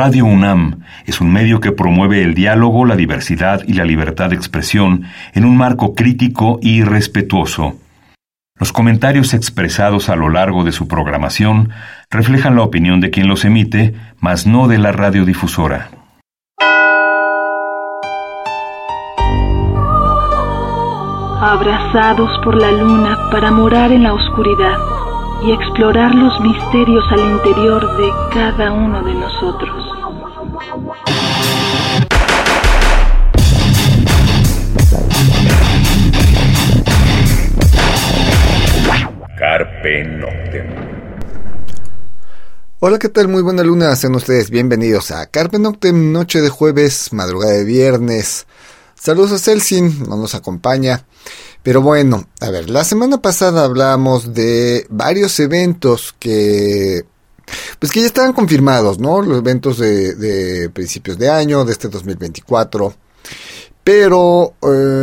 Radio UNAM es un medio que promueve el diálogo, la diversidad y la libertad de expresión en un marco crítico y respetuoso. Los comentarios expresados a lo largo de su programación reflejan la opinión de quien los emite, mas no de la radiodifusora. Abrazados por la luna para morar en la oscuridad y explorar los misterios al interior de cada uno de nosotros. Carpe Noctem. Hola, ¿qué tal? Muy buena luna, sean ustedes bienvenidos a Carpe Noctem, noche de jueves, madrugada de viernes. Saludos a Celsin, no nos acompaña. Pero bueno, a ver, la semana pasada hablamos de varios eventos que ya estaban confirmados, ¿no? Los eventos de principios de año, de este 2024. Pero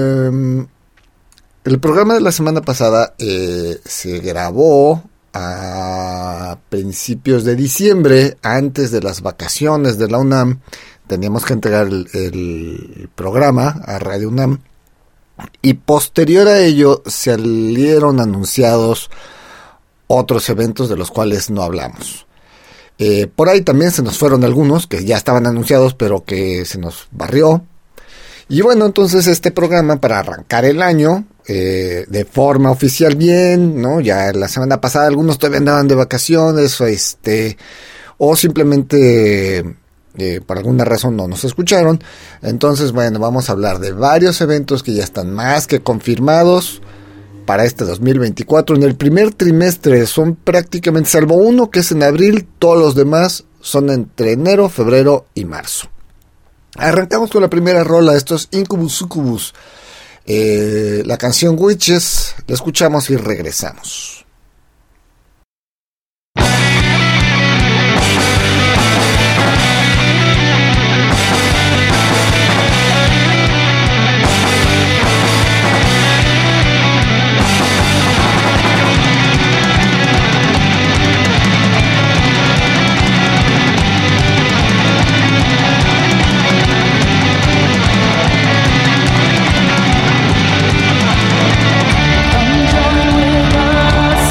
el programa de la semana pasada se grabó a principios de diciembre, antes de las vacaciones de la UNAM. Teníamos que entregar el programa a Radio UNAM. Y posterior a ello salieron anunciados otros eventos de los cuales no hablamos. Por ahí también se nos fueron algunos que ya estaban anunciados pero que se nos barrió. Y bueno, entonces este programa para arrancar el año de forma oficial bien, ¿no? Ya la semana pasada algunos todavía andaban de vacaciones o simplemente por alguna razón no nos escucharon. Entonces, bueno, vamos a hablar de varios eventos que ya están más que confirmados para este 2024. En el primer trimestre son prácticamente, salvo uno que es en abril, todos los demás son entre enero, febrero y marzo. Arrancamos con la primera rola, esto es Incubus Succubus, la canción Witches, la escuchamos y regresamos. Come join with us.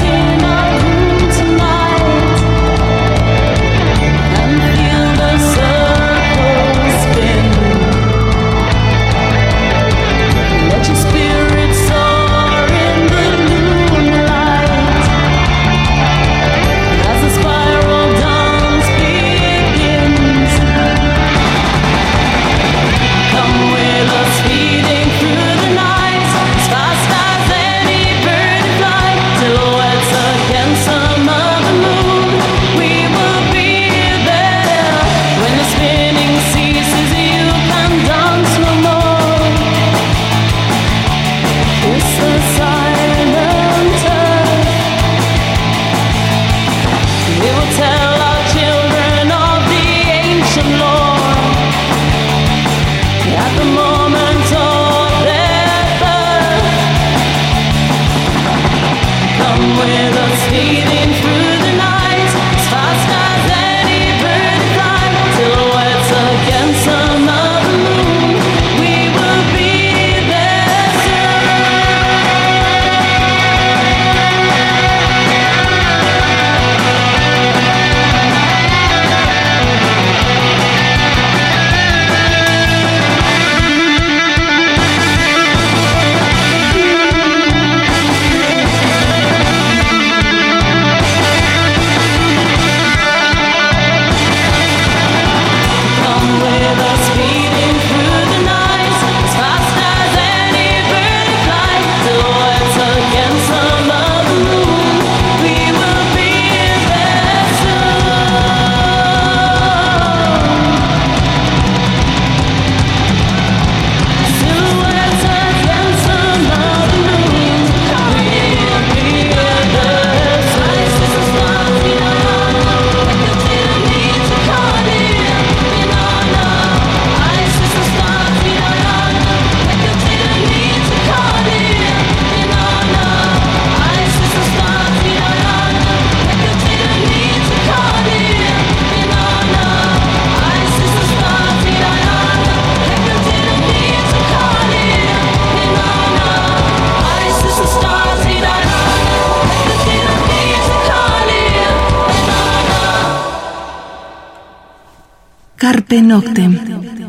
Carpe Noctem.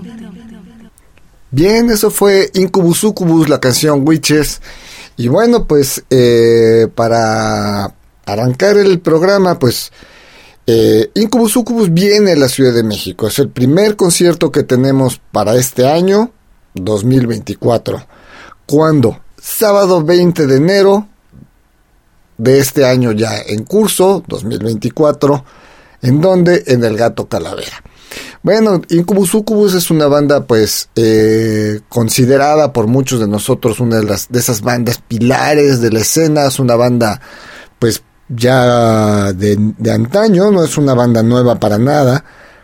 Bien, eso fue Incubus Succubus, la canción Witches. Y bueno, pues para arrancar el programa, pues Incubus Succubus viene a la Ciudad de México. Es el primer concierto que tenemos para este año 2024. ¿Cuándo? Sábado 20 de enero de este año ya en curso, 2024. ¿En dónde? En el Gato Calavera. Bueno, Incubus Succubus es una banda pues considerada por muchos de nosotros una de esas bandas pilares de la escena. Es una banda pues ya de antaño, no es una banda nueva para nada.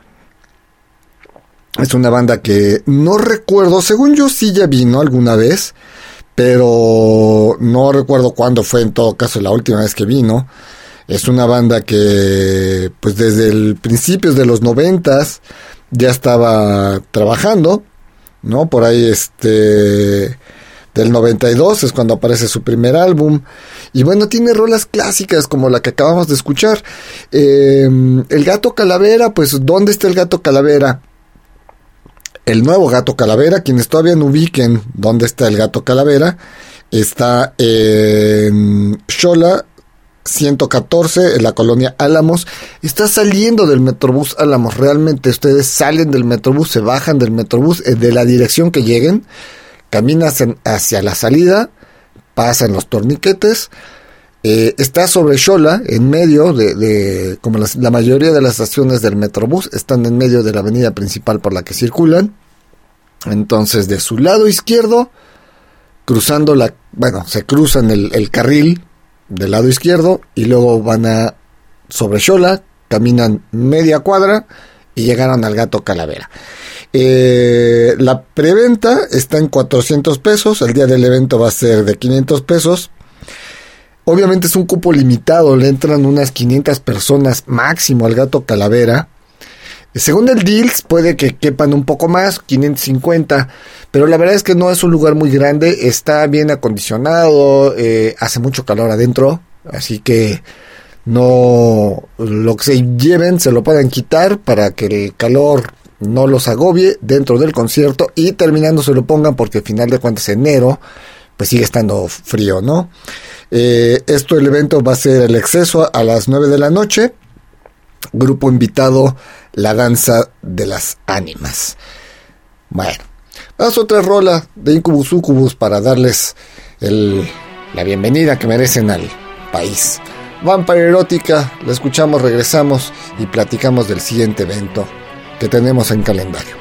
Es una banda que no recuerdo, según yo sí ya vino alguna vez, pero no recuerdo cuándo fue en todo caso la última vez que vino. Es una banda que pues desde el principios de los 90s ya estaba trabajando, ¿no? Por ahí del 92 es cuando aparece su primer álbum. Y bueno, tiene rolas clásicas como la que acabamos de escuchar. El Gato Calavera, pues ¿dónde está el Gato Calavera? El nuevo Gato Calavera, quienes todavía no ubiquen dónde está el Gato Calavera, está en Xola 114, en la colonia Álamos. Está saliendo del Metrobús Álamos. Realmente ustedes salen del Metrobús, se bajan del Metrobús, de la dirección que lleguen, caminan hacia la salida, pasan los torniquetes, está sobre Xola, en medio de como la mayoría de las estaciones del Metrobús, están en medio de la avenida principal por la que circulan. Entonces, de su lado izquierdo, se cruzan el carril del lado izquierdo y luego van sobre Xola, caminan media cuadra y llegaron al Gato Calavera. La preventa está en 400 pesos, el día del evento va a ser de 500 pesos. Obviamente es un cupo limitado, le entran unas 500 personas máximo al Gato Calavera. Según el Deals puede que quepan un poco más, 550, pero la verdad es que no es un lugar muy grande, está bien acondicionado, hace mucho calor adentro, así que no, lo que se lleven se lo pueden quitar para que el calor no los agobie dentro del concierto y terminando se lo pongan porque al final de cuentas enero pues sigue estando frío, ¿no? El evento va a ser el Exceso a las 9 de la noche. Grupo invitado, La Danza de las Ánimas. Bueno, vamos a otra rola de Incubus Succubus para darles la bienvenida que merecen al país. Vampire Erótica, la escuchamos, regresamos y platicamos del siguiente evento que tenemos en calendario.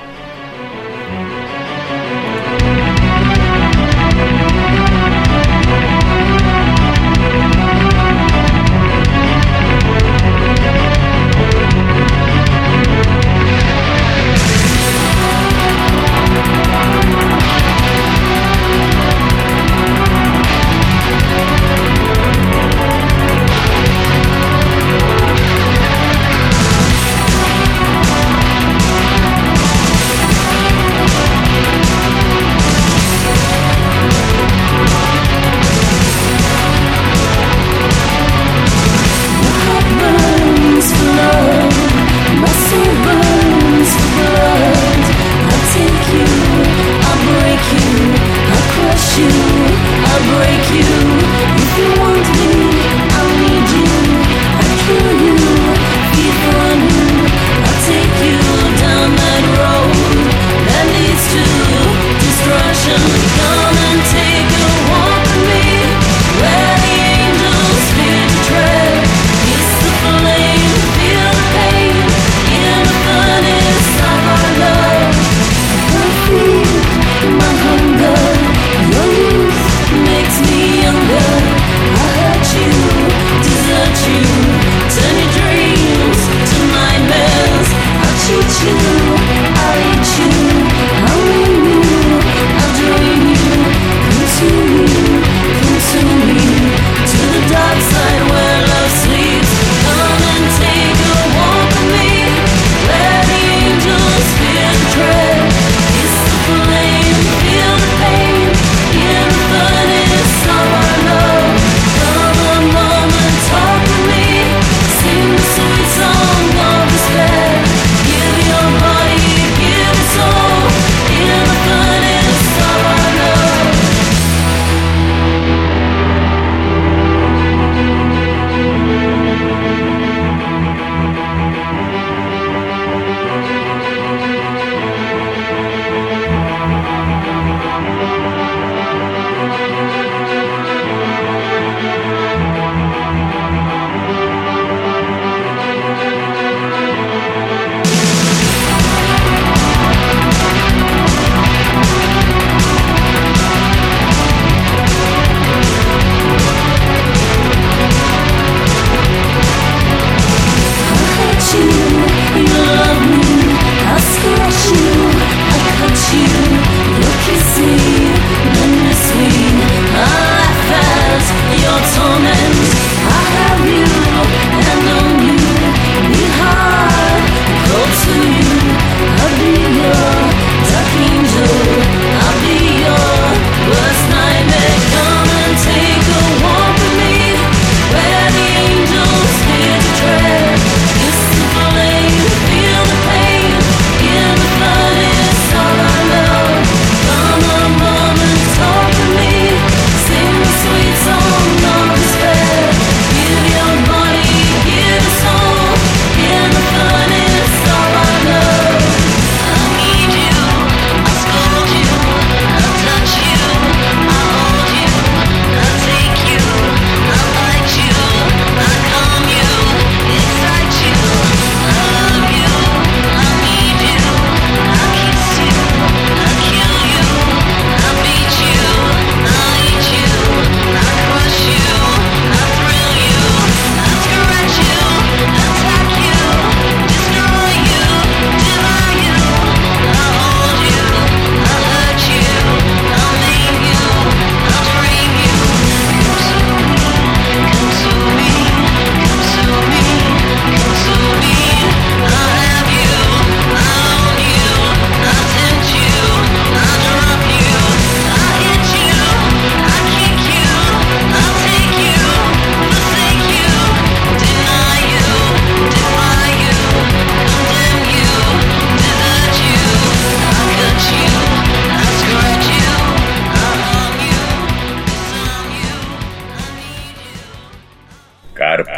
Your body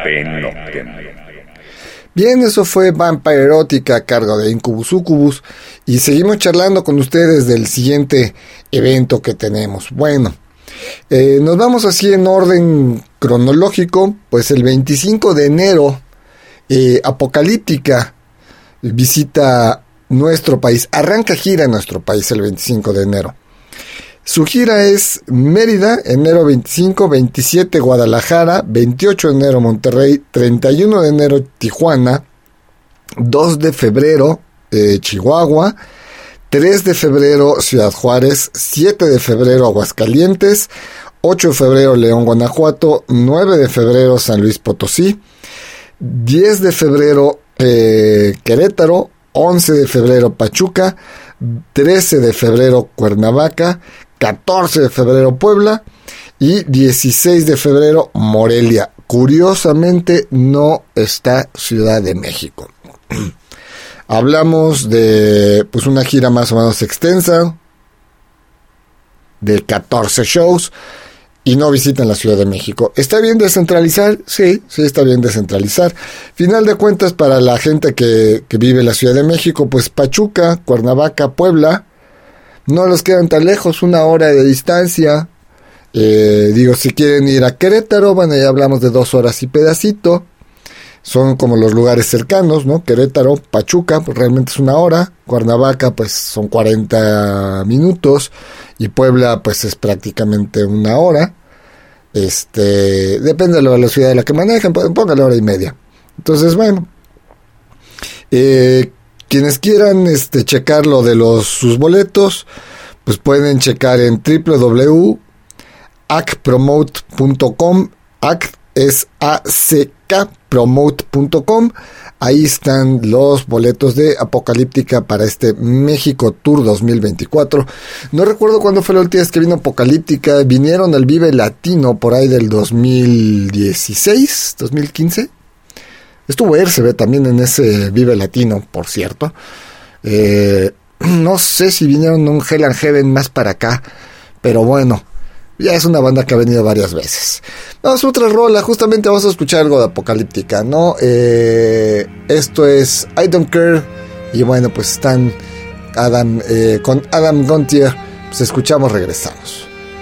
Carpe Noctem. Bien, eso fue Vampire Erótica a cargo de Incubus Succubus y seguimos charlando con ustedes del siguiente evento que tenemos. Bueno, nos vamos así en orden cronológico, pues el 25 de enero Apocalíptica visita nuestro país, arranca gira en nuestro país el 25 de enero. Su gira es Mérida, enero 25, 27 Guadalajara, 28 de enero Monterrey, 31 de enero Tijuana, 2 de febrero Chihuahua, 3 de febrero Ciudad Juárez, 7 de febrero Aguascalientes, 8 de febrero León, Guanajuato, 9 de febrero San Luis Potosí, 10 de febrero Querétaro, 11 de febrero Pachuca, 13 de febrero Cuernavaca, 14 de febrero Puebla y 16 de febrero Morelia. Curiosamente no está Ciudad de México. Hablamos de pues una gira más o menos extensa de 14 shows y no visitan la Ciudad de México. ¿Está bien descentralizar? Sí, está bien descentralizar. Final de cuentas, para la gente que vive en la Ciudad de México, pues Pachuca, Cuernavaca, Puebla, no los quedan tan lejos, 1 hora de distancia. Si quieren ir a Querétaro, bueno, ya hablamos de 2 horas y pedacito. Son como los lugares cercanos, ¿no? Querétaro, Pachuca, pues realmente es 1 hora. Cuernavaca, pues son 40 minutos. Y Puebla, pues es prácticamente 1 hora. Depende de la velocidad de la que manejen, póngale 1 hora y media. Entonces, bueno. Quienes quieran checar lo de sus boletos, pues pueden checar en www.acpromote.com. AC es ackpromote.com. Ahí están los boletos de Apocalíptica para este México Tour 2024. No recuerdo cuándo fue la última vez que vino Apocalíptica. Vinieron al Vive Latino por ahí del 2016, 2015. Estuvo Ercebe también en ese Vive Latino, por cierto. No sé si vinieron un Hell and Heaven más para acá, pero bueno, ya es una banda que ha venido varias veces. Vamos a otra rola, justamente vamos a escuchar algo de Apocalíptica, ¿no? Esto es I Don't Care, y bueno, pues están con Adam Gontier. Pues escuchamos, regresamos.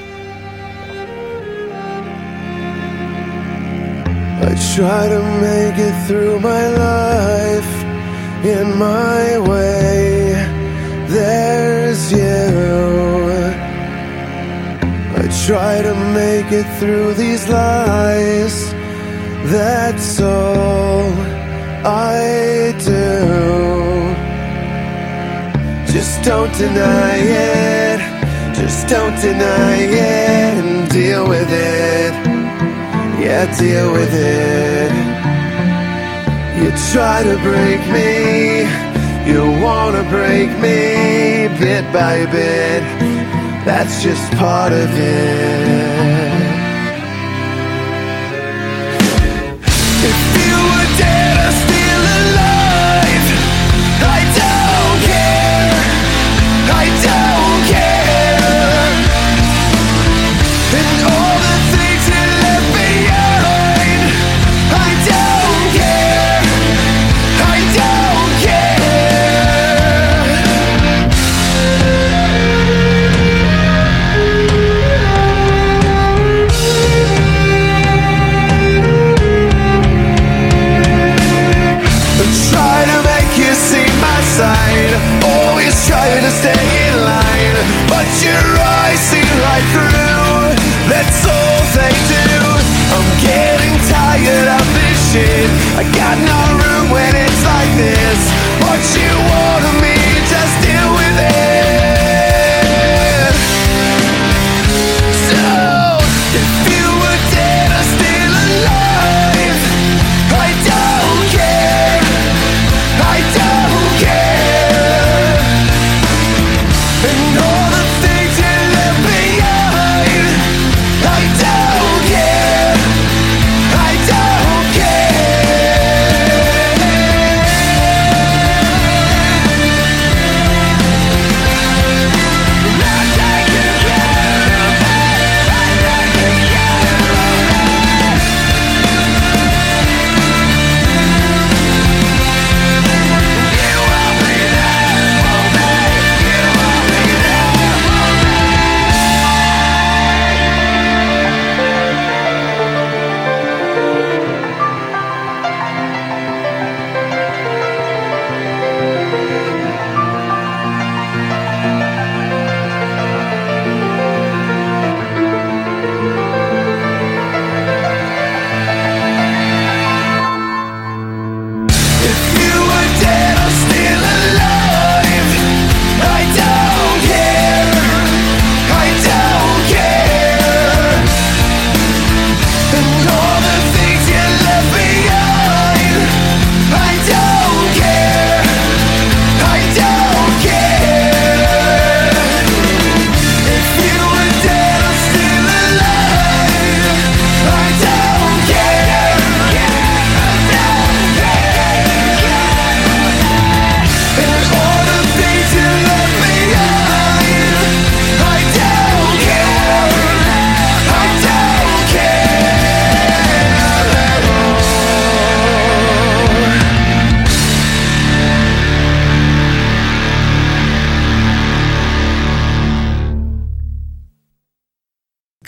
I try to make it through my life in my way. There's you. I try to make it through these lies. That's all I do. Just don't deny it. Just don't deny it and deal with it. Yeah, deal with it. You try to break me, you wanna break me bit by bit. That's just part of it. If you were dead or still alive, I don't care, I don't care. And all the things you left behind, I don't care, I don't care. Try to make you see my side, always try to stay in line, but your eyes see right through, that's all they do. I'm getting tired of this shit, I got no room when it's like this. What you want of me, just deal with it. So, if you were dead or still alive, I don't care, I don't care. And all the things you left behind, I don't care, I don't care.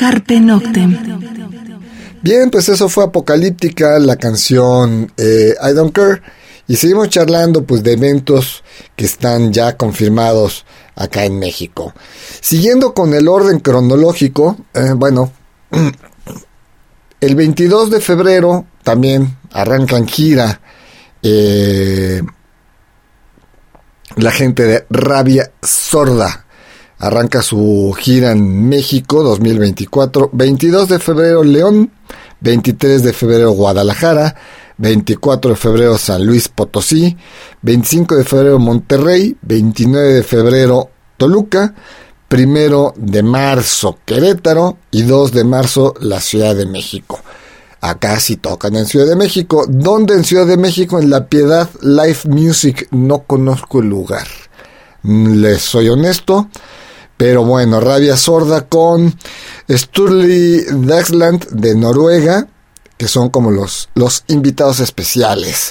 Carpe Noctem. Bien, pues eso fue Apocalíptica, la canción I Don't Care. Y seguimos charlando pues de eventos que están ya confirmados acá en México. Siguiendo con el orden cronológico, el 22 de febrero también arrancan gira la gente de Rabia Sorda. Arranca su gira en México 2024. 22 de febrero León, 23 de febrero Guadalajara, 24 de febrero San Luis Potosí, 25 de febrero Monterrey, 29 de febrero Toluca, 1 de marzo Querétaro y 2 de marzo la Ciudad de México. Acá sí tocan en Ciudad de México. ¿Dónde en Ciudad de México? En La Piedad Live Music. No conozco el lugar, les soy honesto. Pero bueno, Rabia Sorda con Sturli Dagsland de Noruega, que son como los invitados especiales.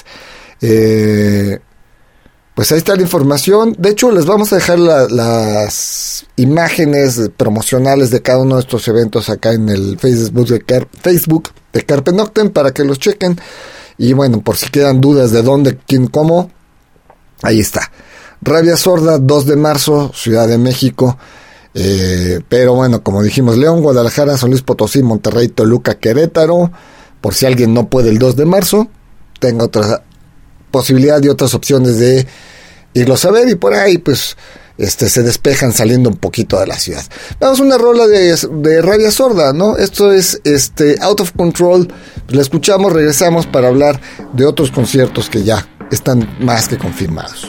Pues ahí está la información. De hecho, les vamos a dejar las imágenes promocionales de cada uno de estos eventos acá en el Facebook de Carpe Noctem para que los chequen. Y bueno, por si quedan dudas de dónde, quién, cómo, ahí está. Rabia Sorda, 2 de marzo, Ciudad de México. Pero bueno, como dijimos, León, Guadalajara, San Luis Potosí, Monterrey, Toluca, Querétaro. Por si alguien no puede el 2 de marzo, tenga otra posibilidad y otras opciones de irlos a ver. Y por ahí pues se despejan saliendo un poquito de la ciudad. Vamos a una rola de Rabia Sorda, ¿no? Esto es Out of Control. La escuchamos, regresamos para hablar de otros conciertos que ya están más que confirmados.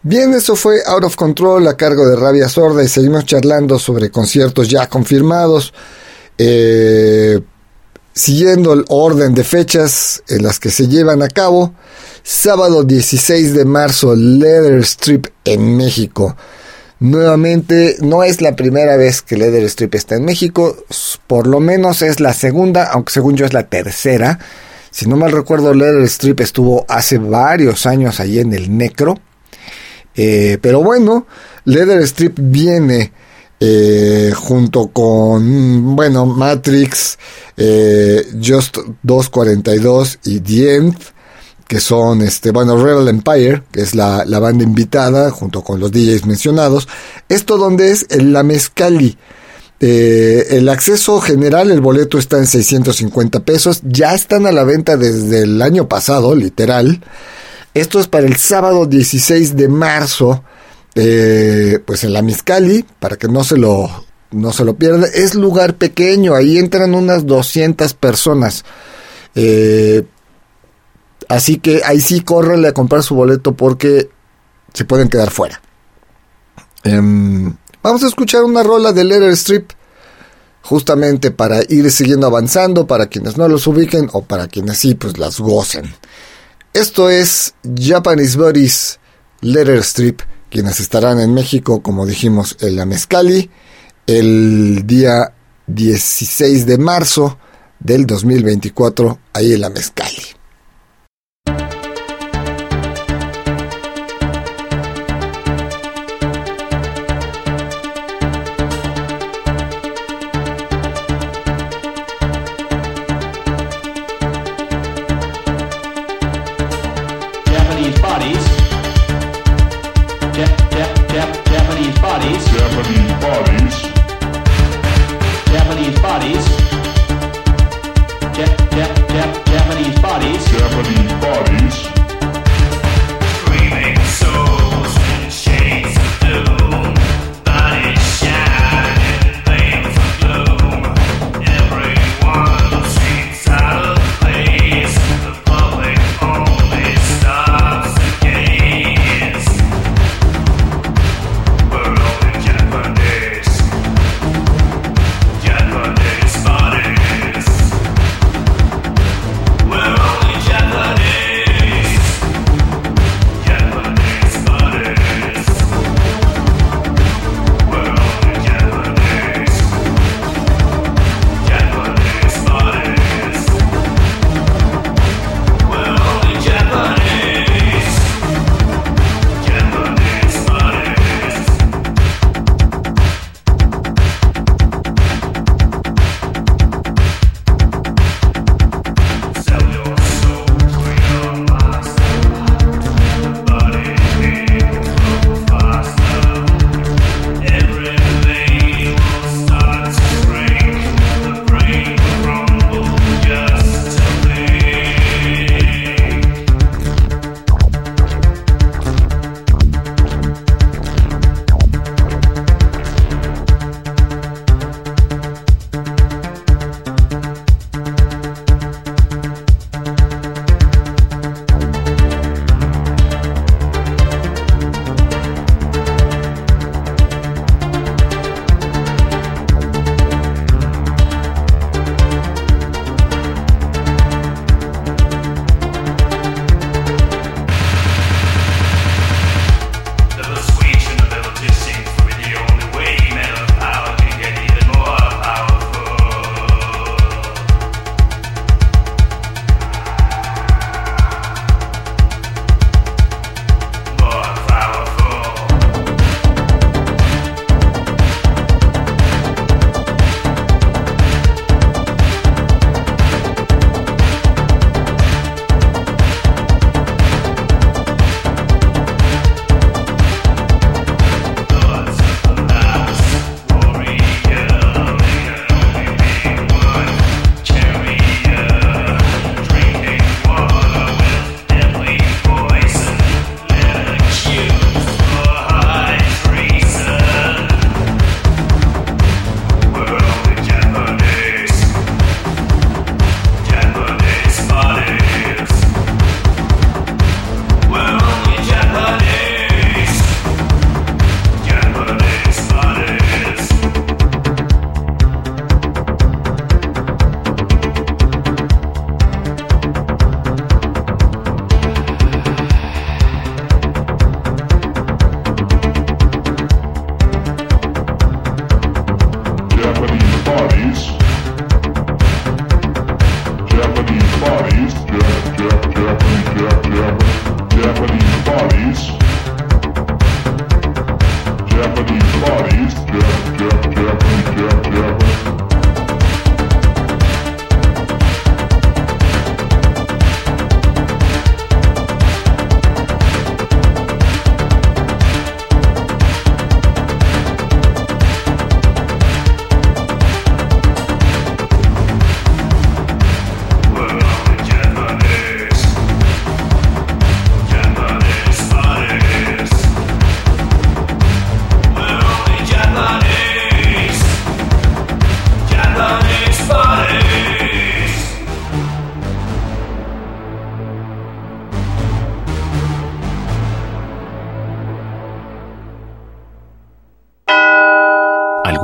Bien, eso fue Out of Control a cargo de Rabia Sorda y seguimos charlando sobre conciertos ya confirmados. Siguiendo el orden de fechas en las que se llevan a cabo, sábado 16 de marzo, Leather Strip en México. Nuevamente, no es la primera vez que Leather Strip está en México, por lo menos es la segunda, aunque según yo es la tercera. Si no mal recuerdo, Leather Strip estuvo hace varios años allí en el Necro. Pero bueno, Leather Strip viene junto con, bueno, Matrix, Just 242 y The End, que son, Rebel Empire, que es la banda invitada, junto con los DJs mencionados. Esto donde es en la Mezcali. El acceso general, el boleto está en 650 pesos. Ya están a la venta desde el año pasado, literal. Esto es para el sábado 16 de marzo, pues en la Mezcali, para que no se lo pierdan. Es lugar pequeño, ahí entran unas 200 personas. Así que ahí sí córrenle a comprar su boleto porque se pueden quedar fuera. Vamos a escuchar una rola de Leather Strip, justamente para ir siguiendo avanzando, para quienes no los ubiquen o para quienes sí, pues las gocen. Esto es Japanese Buddies, Leather Strip, quienes estarán en México, como dijimos, en la Mezcali, el día 16 de marzo del 2024, ahí en la Mezcali. Japanese bodies.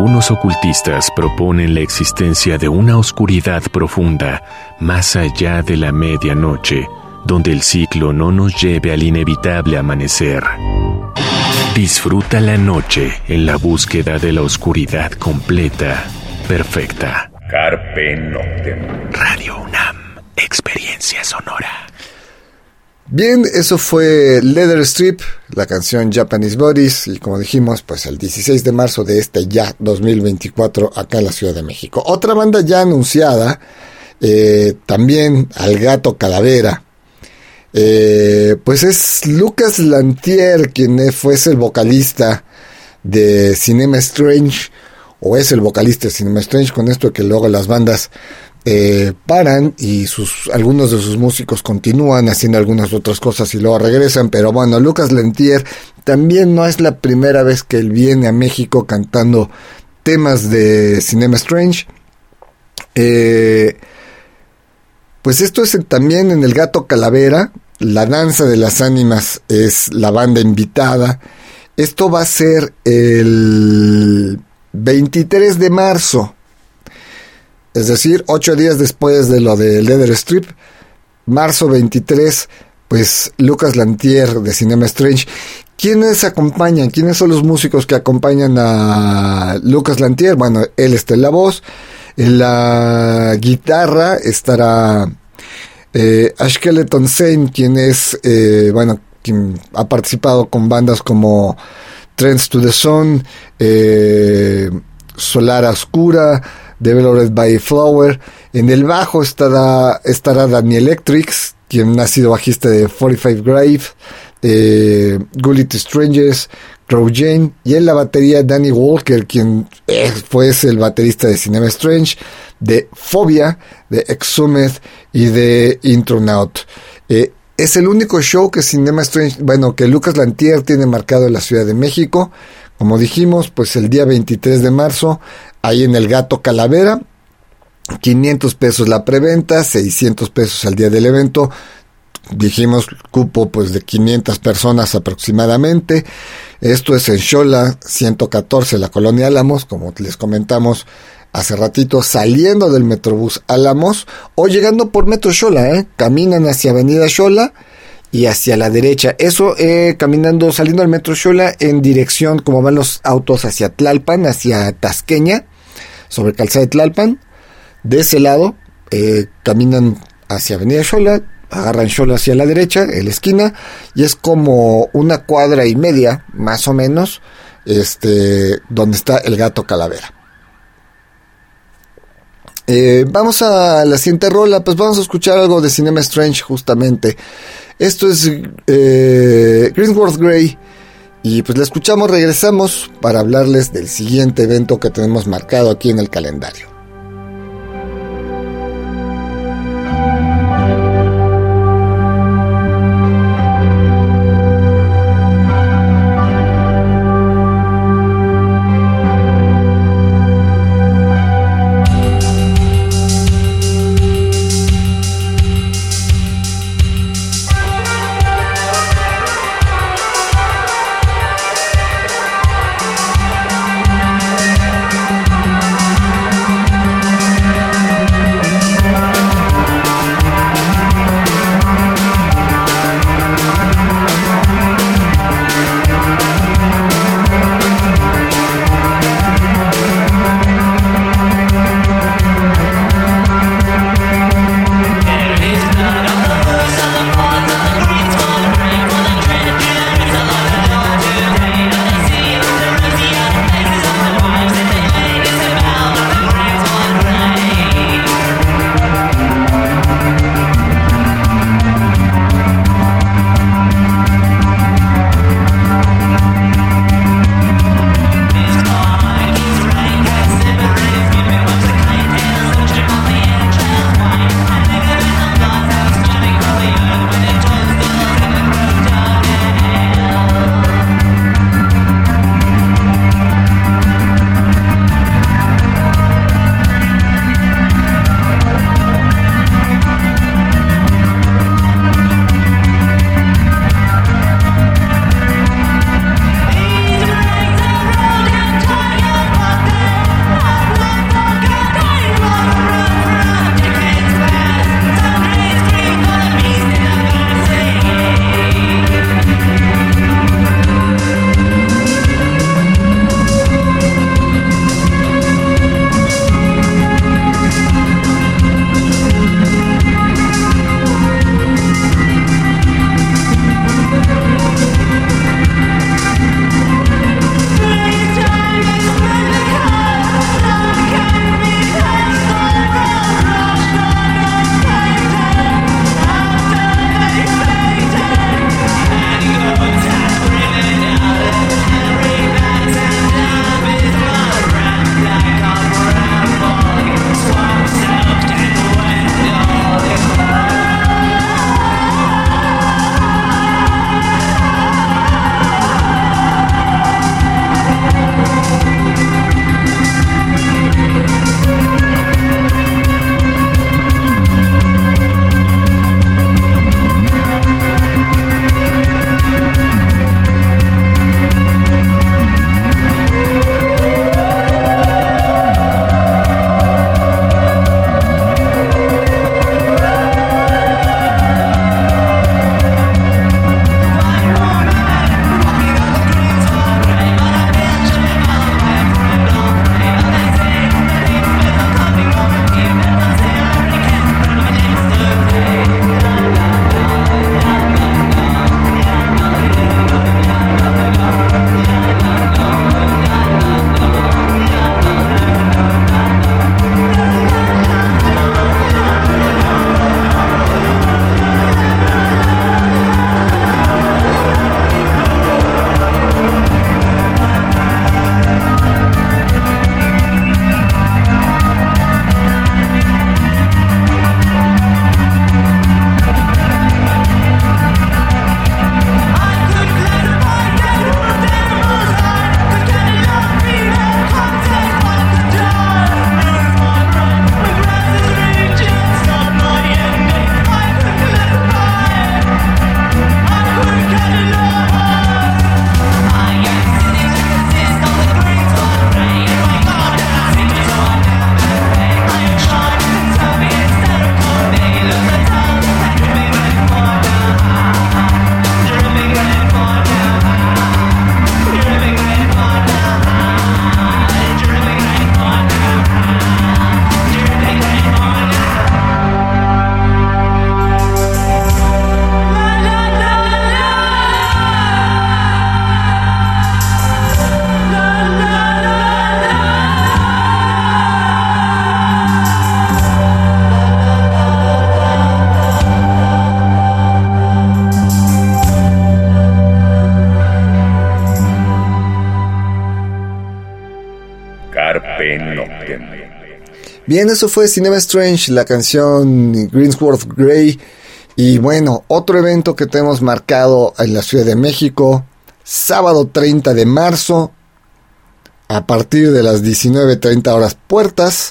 Algunos ocultistas proponen la existencia de una oscuridad profunda más allá de la medianoche, donde el ciclo no nos lleve al inevitable amanecer. Disfruta la noche en la búsqueda de la oscuridad completa, perfecta. Carpe Noctem. Radio UNAM, experiencia sonora. Bien, eso fue Leather Strip, la canción Japanese Bodies, y como dijimos, pues el 16 de marzo de ya 2024 acá en la Ciudad de México. Otra banda ya anunciada, también Al Gato Calavera, pues es Lucas Lantier, quien fue el vocalista de Cinema Strange, o es el vocalista de Cinema Strange, con esto que luego las bandas paran y algunos de sus músicos continúan haciendo algunas otras cosas y luego regresan. Pero bueno, Lucas Lantier también no es la primera vez que él viene a México cantando temas de Cinema Strange. Pues esto es también en El Gato Calavera. La Danza de las Ánimas es la banda invitada. Esto va a ser el 23 de marzo. Es decir, 8 días después de lo de Leather Strip, marzo 23, pues Lucas Lantier de Cinema Strange. ¿Quiénes acompañan? ¿Quiénes son los músicos que acompañan a Lucas Lantier? Bueno, él está en la voz. En la guitarra estará Ashkeleton Zane, quien quien ha participado con bandas como Trends to the Sun, Solara Oscura, Developed by Flower. En el bajo estará Daniel Electrics, quien ha sido bajista de 45 Grave, Gully to Strangers, Crow Jane, y en la batería Danny Walker, quien fue el baterista de Cinema Strange, de Phobia, de Exhumed y de Intronaut. Es el único show que Cinema Strange, que Lucas Lantier tiene marcado en la Ciudad de México. Como dijimos, pues el día 23 de marzo, ahí en El Gato Calavera, 500 pesos la preventa, 600 pesos al día del evento. Dijimos cupo pues de 500 personas aproximadamente. Esto es en Xola 114, la Colonia Álamos, como les comentamos hace ratito, saliendo del Metrobús Álamos o llegando por Metro Xola, caminan hacia Avenida Xola y hacia la derecha. Eso caminando, saliendo del Metro Xola en dirección como van los autos hacia Tlalpan, hacia Tasqueña, sobre Calzada de Tlalpan. De ese lado caminan hacia Avenida Xola, agarran Xola hacia la derecha, en la esquina, y es como 1,5 cuadras, más o menos, donde está El Gato Calavera. Vamos a la siguiente rola, pues vamos a escuchar algo de Cinema Strange justamente. Esto es Greensworth Grey, y pues la escuchamos, regresamos para hablarles del siguiente evento que tenemos marcado aquí en el calendario. Noctem. Bien, eso fue Cinema Strange, la canción Greensworth Grey. Y bueno, otro evento que tenemos marcado en la Ciudad de México, sábado 30 de marzo, a partir de las 19:30 horas puertas,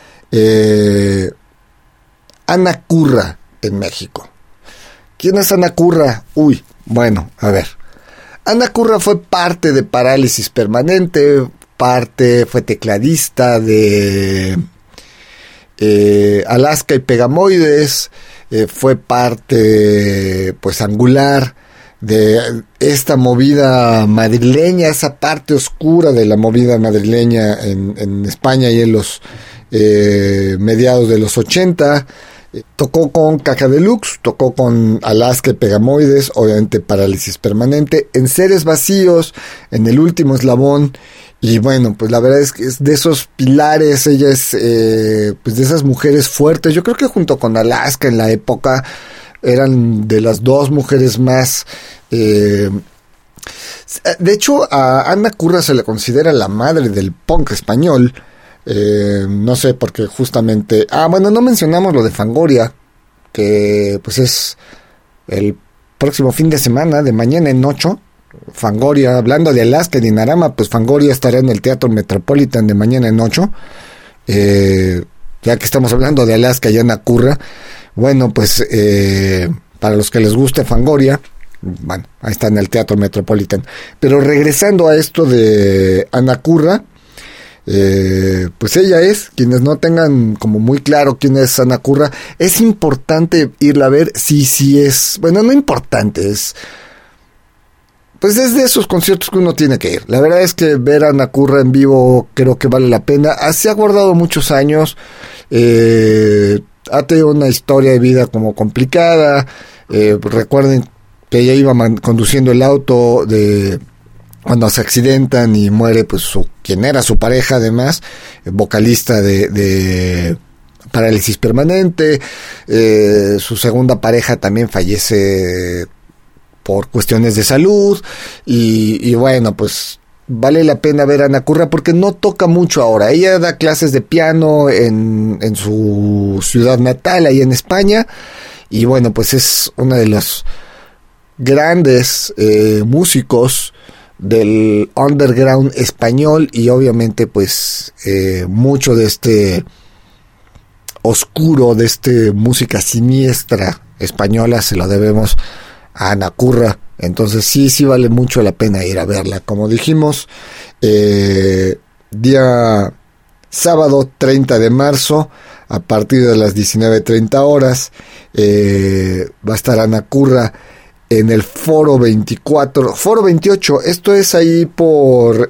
Ana Curra en México. ¿Quién es Ana Curra? Bueno, a ver. Ana Curra fue parte de Parálisis Permanente, fue tecladista de Alaska y Pegamoides, fue parte pues angular de esta movida madrileña, esa parte oscura de la movida madrileña en España y en los mediados de los 80. Tocó con Caja Deluxe, tocó con Alaska y Pegamoides, obviamente Parálisis Permanente, en Seres Vacíos, en El Último Eslabón. Y bueno, pues la verdad es que es de esos pilares, ella es pues de esas mujeres fuertes. Yo creo que junto con Alaska en la época eran de las dos mujeres más... de hecho, a Ana Curra se le considera la madre del punk español. No sé, porque justamente... bueno, no mencionamos lo de Fangoria, que pues es el próximo fin de semana, de mañana en 8. Fangoria, hablando de Alaska y Dinarama, pues Fangoria estará en el Teatro Metropolitan de mañana en 8. Ya que estamos hablando de Alaska y Ana Curra, bueno, pues para los que les guste Fangoria, bueno, ahí está en el Teatro Metropolitan. Pero regresando a esto de Ana Curra, pues ella es, quienes no tengan como muy claro quién es Ana Curra, es importante irla a ver. Sí es, bueno, no importante, es pues es de esos conciertos que uno tiene que ir. La verdad es que ver a Ana Curra en vivo creo que vale la pena. Se ha guardado muchos años, ha tenido una historia de vida como complicada. Recuerden que ella iba conduciendo el auto de cuando se accidentan y muere pues quien era su pareja, además vocalista de Parálisis Permanente. Su segunda pareja también fallece por cuestiones de salud, y bueno, pues vale la pena ver a Ana Curra porque no toca mucho ahora. Ella da clases de piano en su ciudad natal, ahí en España, y bueno, pues es una de los grandes músicos del underground español, y obviamente pues mucho de este oscuro, de este música siniestra española se lo debemos a Ana Curra. Entonces sí vale mucho la pena ir a verla. Como dijimos, día sábado 30 de marzo a partir de las 19:30 horas va a estar Ana Curra en el Foro 28. Esto es ahí por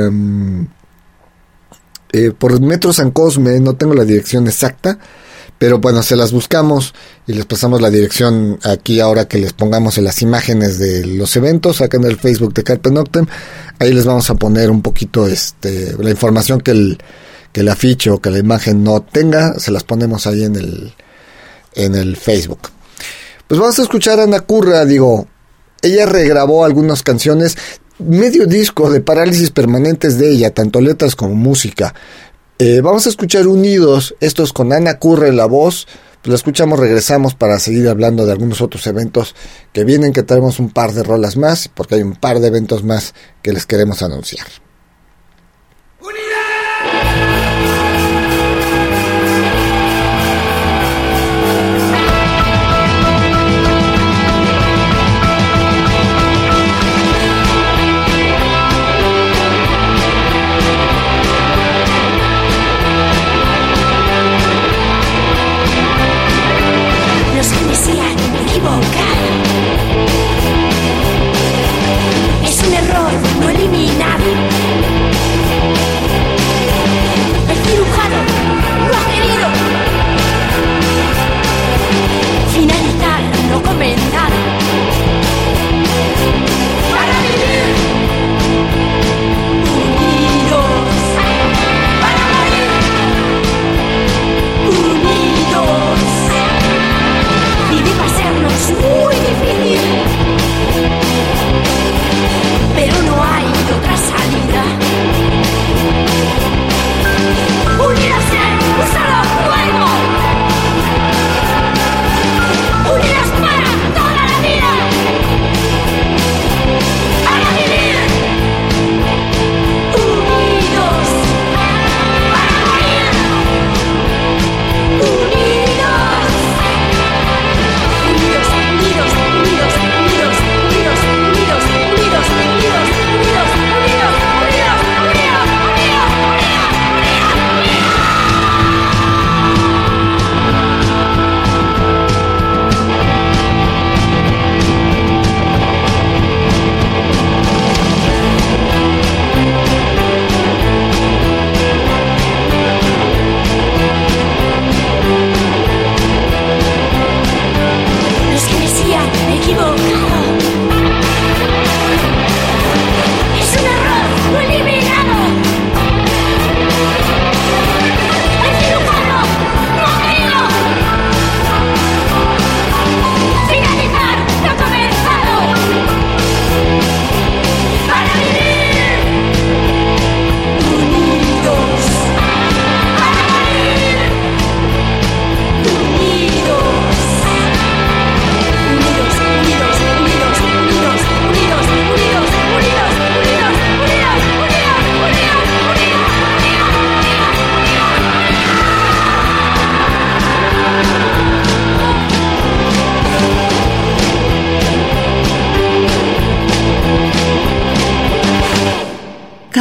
Metro San Cosme, no tengo la dirección exacta, pero bueno, se las buscamos y les pasamos la dirección aquí ahora que les pongamos en las imágenes de los eventos, acá en el Facebook de Carpe Noctem. Ahí les vamos a poner un poquito la información que el afiche o que la imagen no tenga, se las ponemos ahí en el Facebook. Pues vamos a escuchar a Ana Curra. Ella regrabó algunas canciones, medio disco de Parálisis Permanentes de ella, tanto letras como música. Vamos a escuchar Unidos, esto es con Ana Curra en la voz. Pues la escuchamos, regresamos para seguir hablando de algunos otros eventos que vienen, que traemos un par de rolas más, porque hay un par de eventos más que les queremos anunciar. Es un error no eliminado.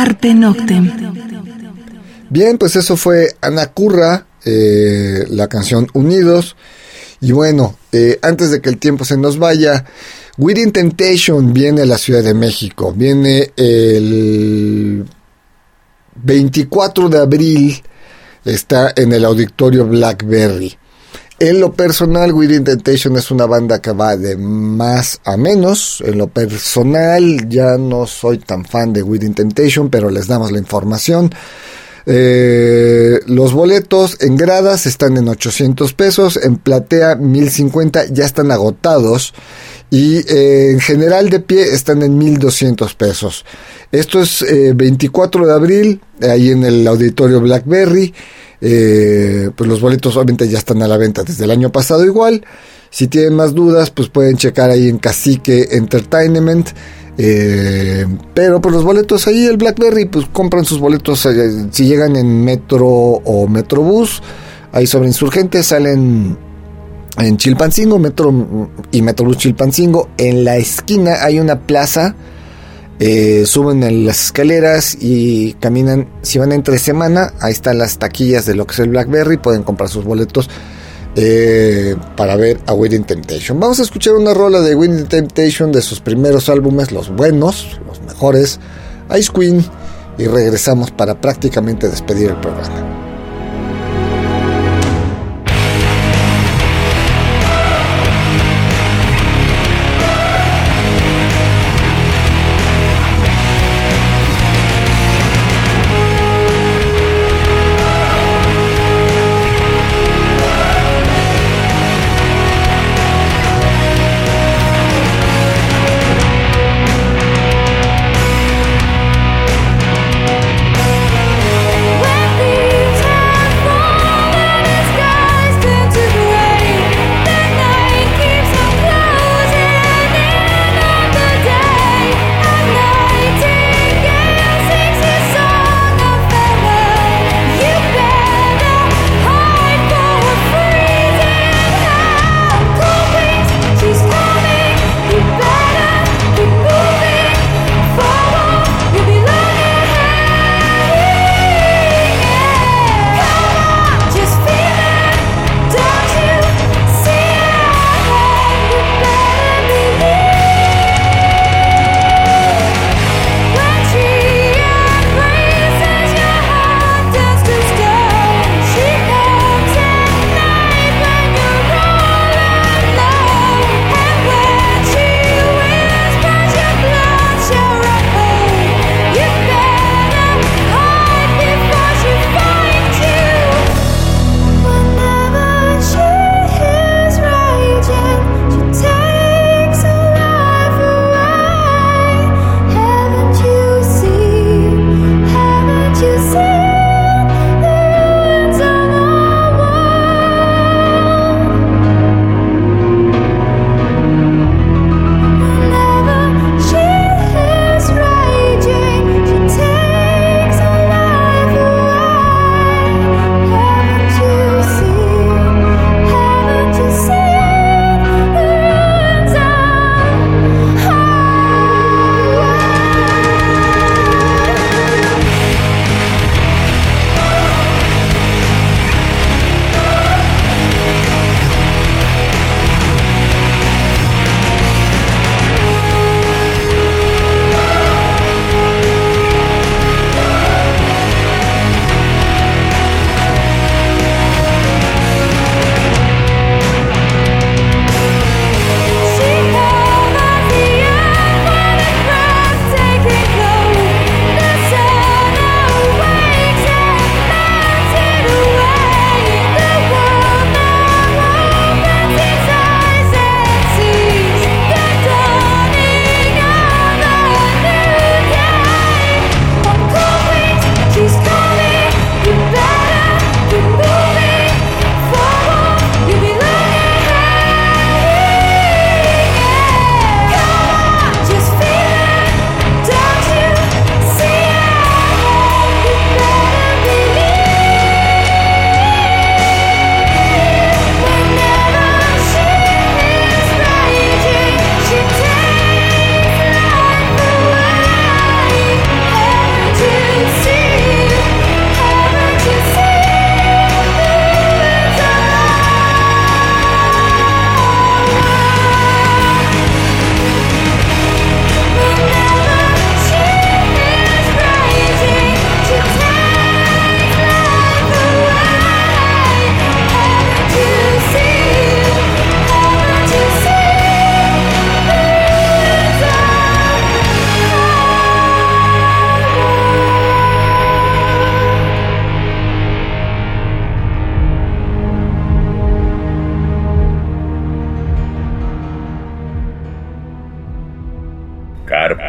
Carpe Noctem. Bien, pues eso fue Ana Curra, la canción Unidos. Y bueno, antes de que el tiempo se nos vaya, Within Temptation viene a la Ciudad de México. Viene el 24 de abril, está en el Auditorio Blackberry. En lo personal, Within Temptation es una banda que va de más a menos. En lo personal, ya no soy tan fan de Within Temptation, pero les damos la información. Los boletos en gradas están en 800 pesos, en platea 1050, ya están agotados. Y en general de pie están en 1200 pesos. Esto es 24 de abril, ahí en el Auditorio Blackberry. Pues los boletos obviamente ya están a la venta desde el año pasado igual. Si tienen más dudas, pues pueden checar ahí en Cacique Entertainment. Pero pues los boletos ahí, el Blackberry, pues compran sus boletos si llegan en metro o metrobús. Ahí sobre Insurgentes salen en Chilpancingo, metro y metrobús Chilpancingo. En la esquina hay una plaza. Suben en las escaleras y caminan. Si van entre semana, ahí están las taquillas de lo que es el Blackberry. Pueden comprar sus boletos para ver a Within Temptation. Vamos a escuchar una rola de Within Temptation de sus primeros álbumes, los buenos, los mejores, Ice Queen, y regresamos para prácticamente despedir el programa. When the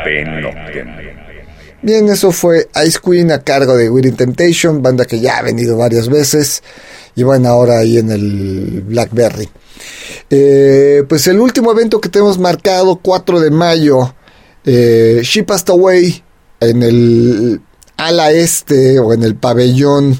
Carpe Noctem. Bien, eso fue Ice Queen a cargo de Within Temptation, banda que ya ha venido varias veces y bueno, ahora ahí en el Blackberry. Pues el último evento que tenemos marcado, 4 de mayo, She Passed Away en el ala este o en el pabellón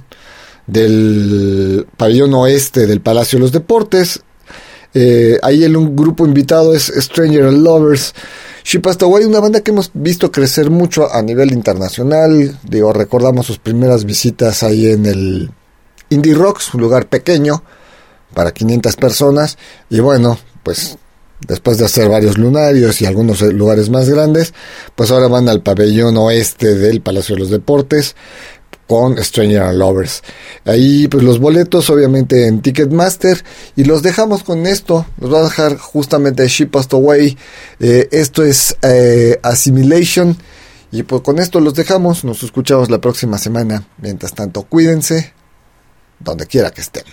oeste del Palacio de los Deportes. Ahí un grupo invitado es Stranger and Lovers. She Passed Away, una banda que hemos visto crecer mucho a nivel internacional. Digo, recordamos sus primeras visitas ahí en el Indie Rocks, un lugar pequeño para 500 personas. Y bueno, pues después de hacer varios lunarios y algunos lugares más grandes, pues ahora van al pabellón oeste del Palacio de los Deportes con Stranger and Lovers. Ahí pues los boletos obviamente en Ticketmaster, y los dejamos con esto. Los voy a dejar justamente She Passed Away. Esto es Assimilation, y pues con esto los dejamos. Nos escuchamos la próxima semana. Mientras tanto, cuídense donde quiera que estén.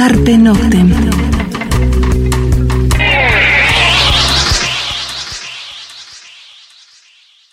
Carpe Noctem.